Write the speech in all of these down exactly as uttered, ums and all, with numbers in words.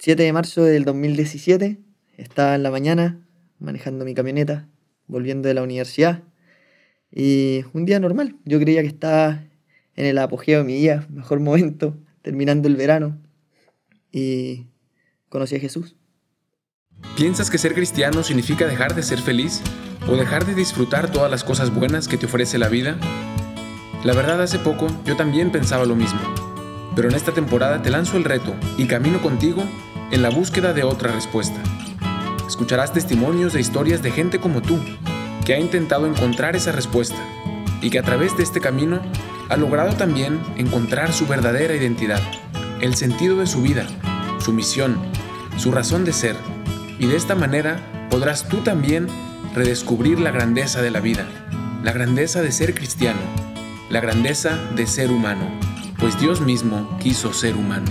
siete de marzo del dos mil diecisiete, estaba en la mañana manejando mi camioneta, volviendo de la universidad. Y un día normal, yo creía que estaba en el apogeo de mi día, mejor momento, terminando el verano. Y conocí a Jesús. ¿Piensas que ser cristiano significa dejar de ser feliz? ¿O dejar de disfrutar todas las cosas buenas que te ofrece la vida? La verdad, hace poco yo también pensaba lo mismo. Pero en esta temporada te lanzo el reto y camino contigo en la búsqueda de otra respuesta. Escucharás testimonios de historias de gente como tú, que ha intentado encontrar esa respuesta y que a través de este camino ha logrado también encontrar su verdadera identidad, el sentido de su vida, su misión, su razón de ser. Y de esta manera podrás tú también redescubrir la grandeza de la vida, la grandeza de ser cristiano, la grandeza de ser humano, pues Dios mismo quiso ser humano.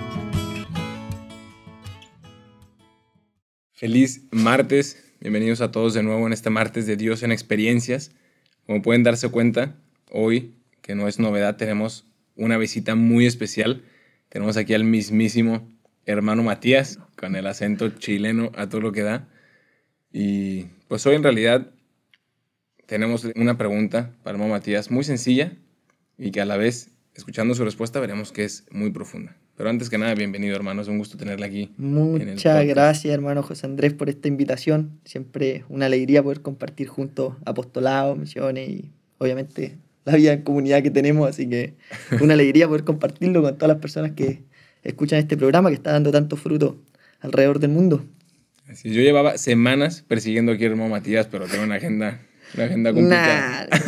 Feliz martes, bienvenidos a todos de nuevo en este martes de Dios en Experiencias. Como pueden darse cuenta, hoy, que no es novedad, tenemos una visita muy especial. Tenemos aquí al mismísimo hermano Matías, con el acento chileno a todo lo que da. Y pues hoy en realidad tenemos una pregunta para hermano Matías muy sencilla y que a la vez, escuchando su respuesta, veremos que es muy profunda. Pero antes que nada, bienvenido, hermano. Es un gusto tenerle aquí. Muchas gracias, hermano José Andrés, por esta invitación. Siempre una alegría poder compartir juntos apostolado, misiones y obviamente la vida en comunidad que tenemos. Así que una alegría poder compartirlo con todas las personas que escuchan este programa que está dando tanto fruto alrededor del mundo. Así, yo llevaba semanas persiguiendo aquí al hermano Matías, pero tengo una agenda, una agenda complicada. Nah.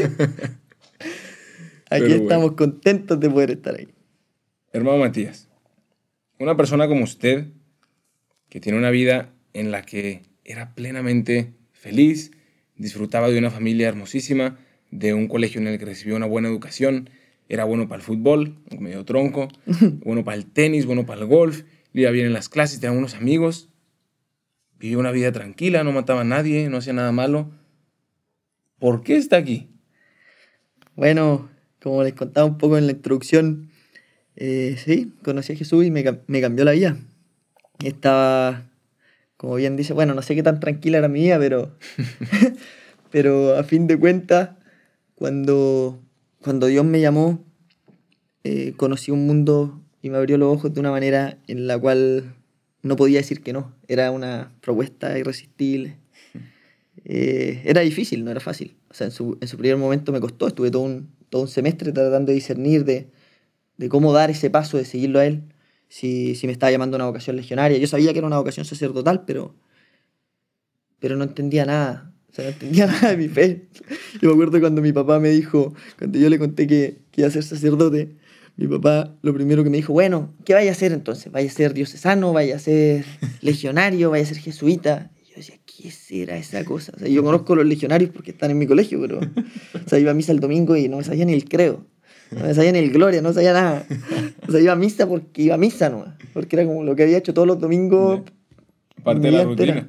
Aquí Pero estamos bueno. contentos de poder estar ahí. Hermano Matías, una persona como usted, que tiene una vida en la que era plenamente feliz, disfrutaba de una familia hermosísima, de un colegio en el que recibió una buena educación, era bueno para el fútbol, medio tronco, bueno para el tenis, bueno para el golf, le iba bien en las clases, tenía unos amigos, vivía una vida tranquila, no mataba a nadie, no hacía nada malo. ¿Por qué está aquí? Bueno, como les contaba un poco en la introducción, eh, sí, conocí a Jesús y me, me cambió la vida. Estaba, como bien dice, bueno, no sé qué tan tranquila era mi vida, pero, pero a fin de cuentas, cuando, cuando Dios me llamó, eh, conocí un mundo y me abrió los ojos de una manera en la cual no podía decir que no. Era una propuesta irresistible. Eh, era difícil, no era fácil. O sea, en su, en su primer momento me costó. Estuve todo un, todo un semestre tratando de discernir de, de cómo dar ese paso, de seguirlo a él. Si, si me estaba llamando a una vocación legionaria. Yo sabía que era una vocación sacerdotal, pero, pero no entendía nada. O sea, no entendía nada de mi fe. Yo me acuerdo cuando mi papá me dijo, cuando yo le conté que, que iba a ser sacerdote, mi papá lo primero que me dijo, bueno, ¿qué vaya a hacer entonces? ¿Vaya a ser diocesano? ¿Vaya a ser legionario? ¿Vaya a ser jesuita? Y yo decía, ¿qué será esa cosa? O sea, yo conozco a los legionarios porque están en mi colegio, pero o sea, iba a misa el domingo y no me sabía ni el credo, no me sabía ni el gloria, no sabía nada. O sea, iba a misa porque iba a misa, ¿no? Porque era como lo que había hecho todos los domingos. Parte de la rutina.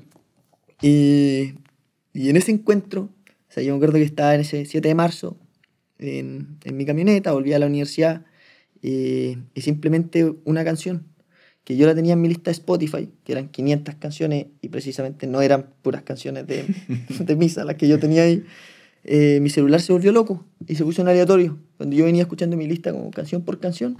Y, y en ese encuentro, o sea, yo me acuerdo que estaba en ese siete de marzo en, en mi camioneta, volví a la universidad. Y, y simplemente una canción que yo la tenía en mi lista de Spotify, que eran quinientas canciones y precisamente no eran puras canciones de, de misa las que yo tenía ahí. Eh, mi celular se volvió loco y se puso en aleatorio cuando yo venía escuchando mi lista como canción por canción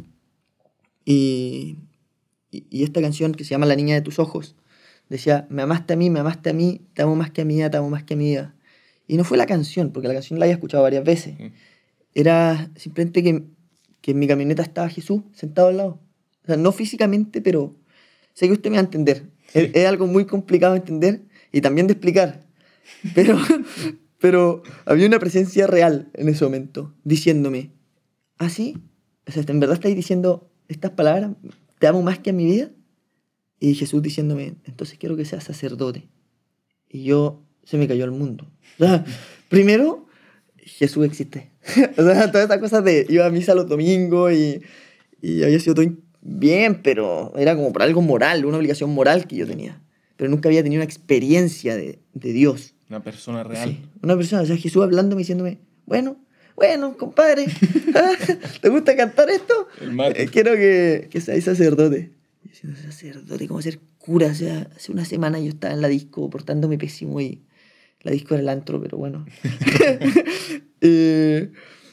y, y, y esta canción que se llama La niña de tus ojos decía, me amaste a mí, me amaste a mí, te amo más que a mi vida, te amo más que a mi vida. Y no fue la canción, porque la canción la había escuchado varias veces, era simplemente que que en mi camioneta estaba Jesús sentado al lado. O sea, no físicamente, pero sé que usted me va a entender. Sí. Es, es algo muy complicado de entender y también de explicar. Pero, pero había una presencia real en ese momento, diciéndome, ¿ah, sí? O sea, ¿en verdad estáis diciendo estas palabras? ¿Te amo más que a mi vida? Y Jesús diciéndome, entonces quiero que seas sacerdote. Y yo, se me cayó el mundo. O sea, primero, Jesús existe. O sea, todas esas cosas de iba a misa los domingos y, y había sido todo bien, pero era como por algo moral, una obligación moral que yo tenía. Pero nunca había tenido una experiencia de, de Dios. Una persona real. Sí, una persona, o sea, Jesús hablándome, diciéndome, bueno, bueno, compadre, ¿te gusta cantar esto? Eh, quiero que, que seas sacerdote. siendo sacerdote, ¿cómo ser cura? O sea, hace una semana yo estaba en la disco portándome pésimo y la disco era el antro, pero bueno. eh,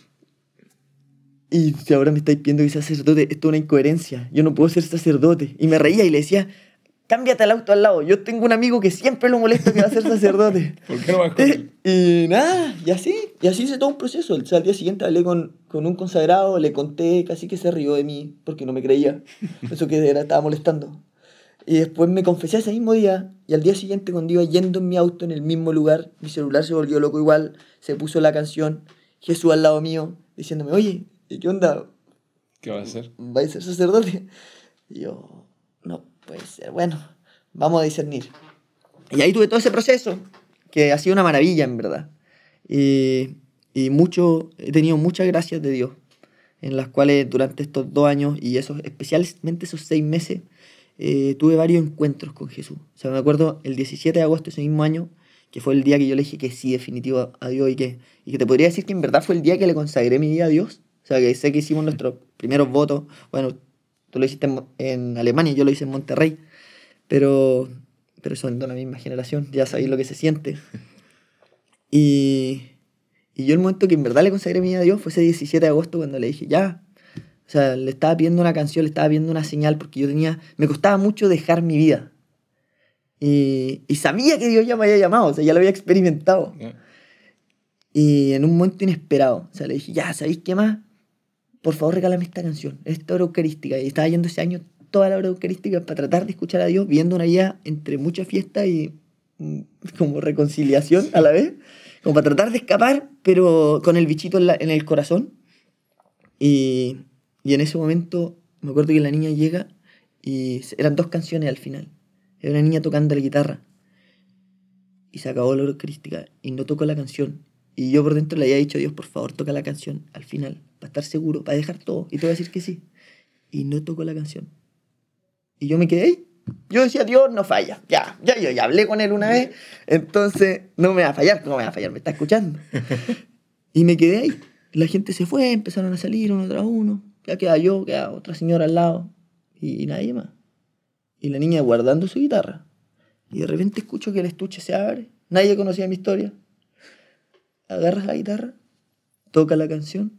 y si ahora me estáis pidiendo que sea sacerdote, esto es una incoherencia. Yo no puedo ser sacerdote. Y me reía y le decía, cámbiate al auto al lado. Yo tengo un amigo que siempre lo molesta que va a ser sacerdote. ¿Por qué no vas con él? Y nada, y así, y así hice todo un proceso. O sea, al día siguiente hablé con, con un consagrado, le conté, casi que se rió de mí porque no me creía. Eso que era, estaba molestando. Y después me confesé ese mismo día, y al día siguiente, cuando iba yendo en mi auto en el mismo lugar, mi celular se volvió loco igual, se puso la canción, Jesús al lado mío, diciéndome, oye, ¿qué onda? ¿Qué vas a hacer? ¿Vais a ser sacerdote? Y yo, no puede ser, bueno, vamos a discernir. Y ahí tuve todo ese proceso, que ha sido una maravilla, en verdad. Y, y mucho, he tenido muchas gracias de Dios, en las cuales durante estos dos años, y esos, especialmente esos seis meses, eh, tuve varios encuentros con Jesús. O sea, me acuerdo el diecisiete de agosto de ese mismo año, que fue el día que yo le dije que sí, definitivo a Dios, y que, y que te podría decir que en verdad fue el día que le consagré mi vida a Dios. O sea, que sé que hicimos nuestros primeros votos. Bueno, tú lo hiciste en, en Alemania, yo lo hice en Monterrey, pero, pero son de la misma generación, ya sabéis lo que se siente. Y, y yo el momento que en verdad le consagré mi vida a Dios fue ese diecisiete de agosto, cuando le dije, ya. O sea, le estaba pidiendo una canción, le estaba pidiendo una señal, porque yo tenía, me costaba mucho dejar mi vida. Y, y sabía que Dios ya me había llamado, o sea, ya lo había experimentado. Yeah. Y en un momento inesperado, o sea, le dije, ya, ¿sabéis qué más? Por favor, regálame esta canción, esta hora eucarística. Y estaba yendo ese año toda la hora eucarística para tratar de escuchar a Dios, viviendo una vida entre mucha fiesta y mm, como reconciliación a la vez, como para tratar de escapar, pero con el bichito en, la, en el corazón. Y, y en ese momento me acuerdo que la niña llega y eran dos canciones al final. Era una niña tocando la guitarra. Y se acabó la hora eucarística y no tocó la canción. Y yo por dentro le había dicho a Dios, por favor, toca la canción al final, para estar seguro, para dejar todo. Y te voy a decir que sí. Y no tocó la canción. Y yo me quedé ahí. Yo decía, Dios no falla. Ya, ya, yo ya hablé con él una vez, entonces no me va a fallar. ¿Cómo me va a fallar? Me está escuchando. Y me quedé ahí. La gente se fue, empezaron a salir uno tras uno. Ya queda yo, queda otra señora al lado. Y, y nadie más. Y la niña guardando su guitarra. Y de repente escucho que el estuche se abre. Nadie conocía mi historia. Agarra la guitarra, toca la canción,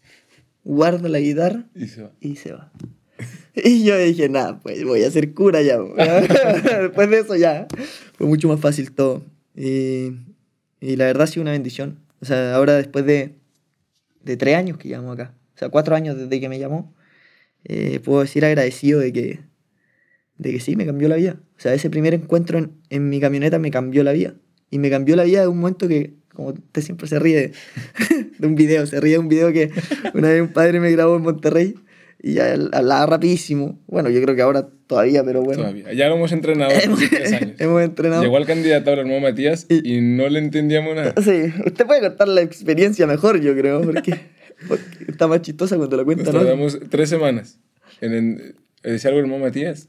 guarda la guitarra y se va. Y, se va. Y yo dije, nada, pues voy a ser cura ya. Después de eso ya fue mucho más fácil todo. Y, y la verdad ha sido una bendición. O sea, ahora después de, de tres años que llevamos acá, o sea, cuatro años desde que me llamó, eh, puedo decir agradecido de que, de que sí, me cambió la vida. O sea, ese primer encuentro en, en mi camioneta me cambió la vida. Y me cambió la vida de un momento que, como usted siempre se ríe de, de un video, se ríe de un video que una vez un padre me grabó en Monterrey y ya hablaba rapidísimo. Bueno, yo creo que ahora todavía, pero bueno. Todavía. Ya lo hemos entrenado hace tres años. Hemos entrenado. Llegó al candidato al hermano Matías y, y no le entendíamos nada. Sí, usted puede contar la experiencia mejor, yo creo, porque, porque está más chistosa cuando la cuenta, Nos ¿no? tardamos tres semanas en, en decir algo del hermano Matías.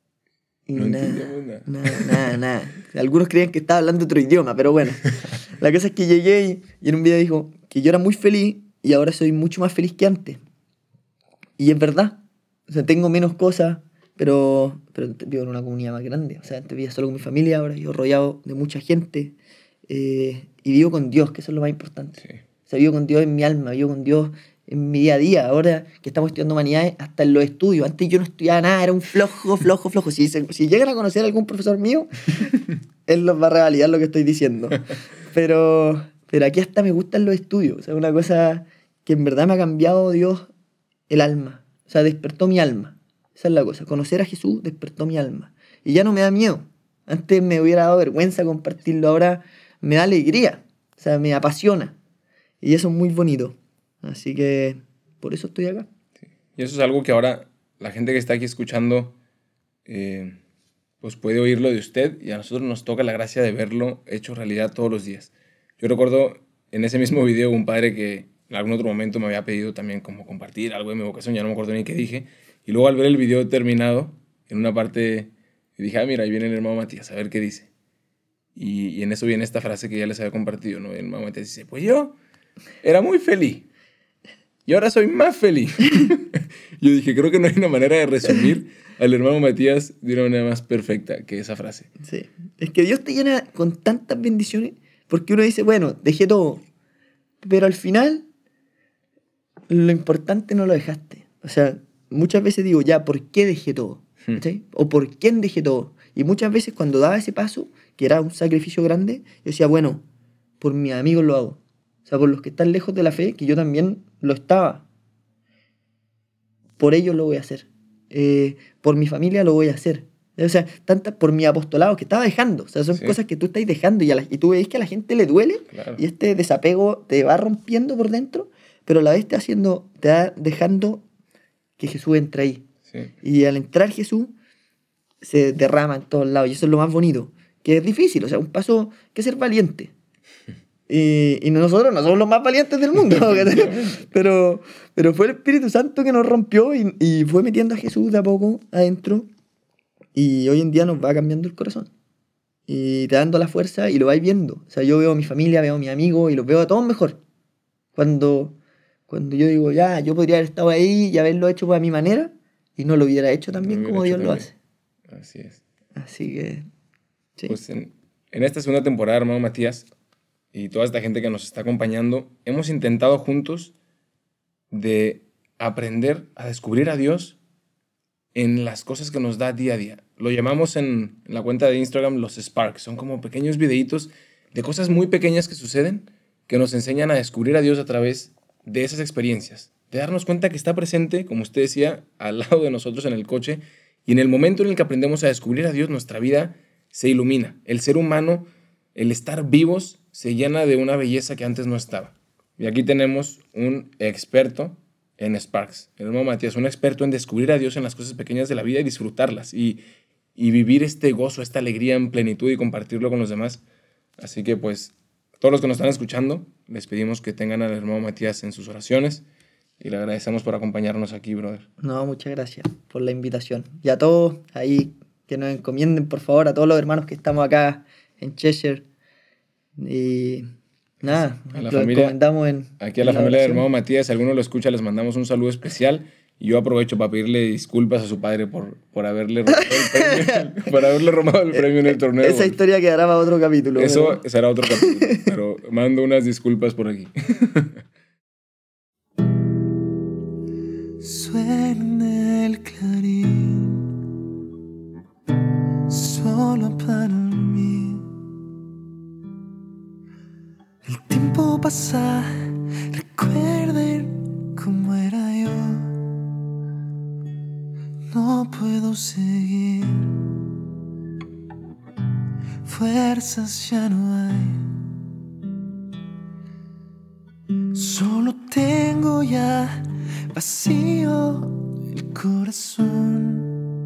No nada, entendíamos nada. Nada, nada, nada. Algunos creían que estaba hablando otro idioma, pero bueno. La cosa es que llegué y, y en un video dijo que yo era muy feliz y ahora soy mucho más feliz que antes. Y es verdad. O sea, tengo menos cosas, pero, pero vivo en una comunidad más grande. O sea, antes vivía solo con mi familia, ahora vivo rodeado de mucha gente. Eh, y vivo con Dios, que eso es lo más importante. Sí. O sea, vivo con Dios en mi alma, vivo con Dios en mi día a día. Ahora que estamos estudiando humanidades, hasta en los estudios. Antes yo no estudiaba nada, era un flojo, flojo, flojo. Si, se, si llegan a conocer a algún profesor mío, él los va a revalidar lo que estoy diciendo. Pero, pero aquí hasta me gustan los estudios. O sea, una cosa que en verdad me ha cambiado Dios el alma. O sea, despertó mi alma. Esa es la cosa. Conocer a Jesús despertó mi alma. Y ya no me da miedo. Antes me hubiera dado vergüenza compartirlo, ahora me da alegría. O sea, me apasiona. Y eso es muy bonito. Así que por eso estoy acá. Sí. Y eso es algo que ahora la gente que está aquí escuchando eh, pues puede oírlo de usted y a nosotros nos toca la gracia de verlo hecho realidad todos los días. Yo recuerdo en ese mismo video un padre que en algún otro momento me había pedido también como compartir algo de mi vocación, ya no me acuerdo ni qué dije, y luego al ver el video terminado, en una parte dije, ah, mira, ahí viene el hermano Matías, a ver qué dice. Y, y en eso viene esta frase que ya les había compartido, ¿no? El hermano Matías dice, pues yo era muy feliz. Y ahora soy más feliz. Yo dije, creo que no hay una manera de resumir al hermano Matías de una manera más perfecta que esa frase. Sí. Es que Dios te llena con tantas bendiciones porque uno dice, bueno, dejé todo. Pero al final, lo importante no lo dejaste. O sea, muchas veces digo, ya, ¿por qué dejé todo? ¿Sí? O ¿por quién dejé todo? Y muchas veces cuando daba ese paso, que era un sacrificio grande, yo decía, bueno, por mis amigos lo hago. O sea, por los que están lejos de la fe, que yo también lo estaba. Por ellos lo voy a hacer. Eh, por mi familia lo voy a hacer. O sea, tantas por mi apostolado que estaba dejando. O sea, son sí. cosas que tú estás dejando y, a la, y tú ves que a la gente le duele. Claro. Y este desapego te va rompiendo por dentro, pero a la vez te, haciendo, te va dejando que Jesús entre ahí. Sí. Y al entrar Jesús, se derrama en todos lados. Y eso es lo más bonito. Que es difícil. O sea, un paso que es ser valiente. Y, y nosotros no somos los más valientes del mundo. pero, pero fue el Espíritu Santo que nos rompió y, y fue metiendo a Jesús de a poco adentro. Y hoy en día nos va cambiando el corazón. Y te dando la fuerza y lo vais viendo. O sea, yo veo a mi familia, veo a mis amigos y los veo a todos mejor. Cuando, cuando yo digo, ya, yo podría haber estado ahí y haberlo hecho a mi manera y no lo hubiera hecho también no como Dios también. Lo hace. Así es. Así que, sí. Pues en, en esta segunda temporada, hermano Matías, y toda esta gente que nos está acompañando, hemos intentado juntos de aprender a descubrir a Dios en las cosas que nos da día a día. Lo llamamos en, en la cuenta de Instagram los Sparks. Son como pequeños videitos de cosas muy pequeñas que suceden que nos enseñan a descubrir a Dios a través de esas experiencias. De darnos cuenta que está presente, como usted decía, al lado de nosotros en el coche. Y en el momento en el que aprendemos a descubrir a Dios, nuestra vida se ilumina. El ser humano, el estar vivos, se llena de una belleza que antes no estaba. Y aquí tenemos un experto en Sparks, el hermano Matías, un experto en descubrir a Dios en las cosas pequeñas de la vida y disfrutarlas y, y vivir este gozo, esta alegría en plenitud y compartirlo con los demás. Así que pues, todos los que nos están escuchando, les pedimos que tengan al hermano Matías en sus oraciones y le agradecemos por acompañarnos aquí, brother. No, muchas gracias por la invitación. Y a todos ahí que nos encomienden, por favor, a todos los hermanos que estamos acá en Cheshire. Y nada, a la lo familia, encomendamos en aquí a la, la familia del hermano Matías, si alguno lo escucha, les mandamos un saludo especial. Y yo aprovecho para pedirle disculpas a su padre por, por haberle robado el premio, por haberle robado el premio en el torneo. Esa bueno. historia quedará para otro capítulo. Eso pero... será otro capítulo, pero mando unas disculpas por aquí. Suena el clarín solo para mí. El tiempo pasa, recuerden cómo era yo. No puedo seguir, fuerzas ya no hay. Solo tengo ya vacío el corazón.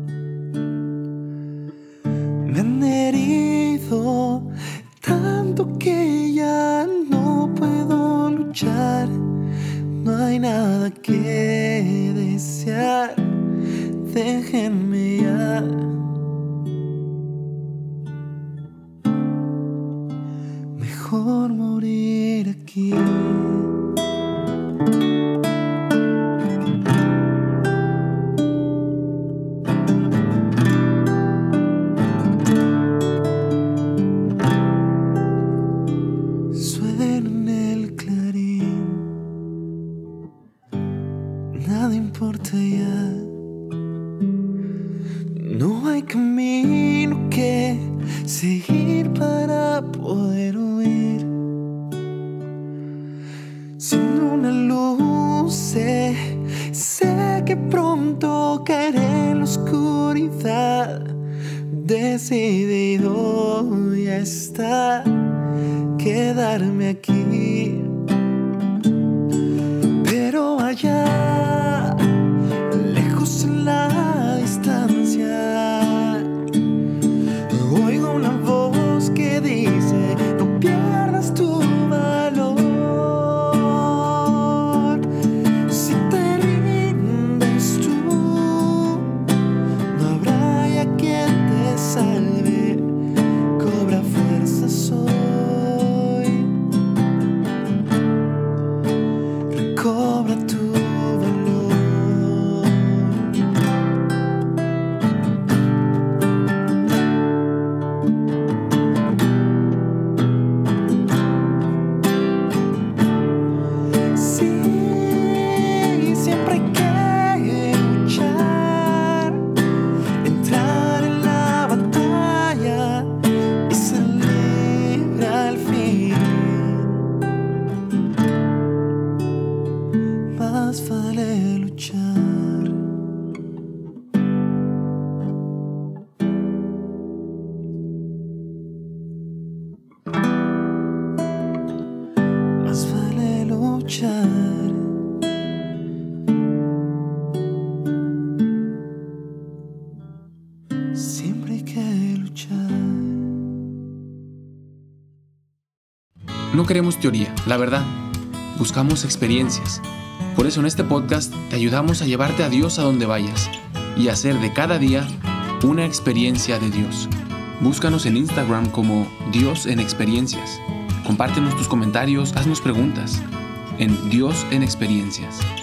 Me han herido tanto que ya no puedo luchar. No hay nada que desear. Déjenme ya. Mejor morir aquí. Suena en el clarín. Nada importa ya. No hay camino que seguir para poder huir. Sin una luz sé, sé que pronto caeré en la oscuridad. Decidido ya está quedarme aquí. Pero allá, lejos en la distancia, oigo una voz que dice: no pierdas tu valor. Si te rindes tú, no habrá ya quien te salve. Cobra fuerzas hoy. siempre hay que luchar. No queremos teoría, la verdad. Buscamos experiencias. Por eso en este podcast te ayudamos a llevarte a Dios a donde vayas y hacer de cada día una experiencia de Dios. Búscanos en Instagram como Dios en Experiencias. Compártenos tus comentarios, haznos preguntas en Dios en Experiencias.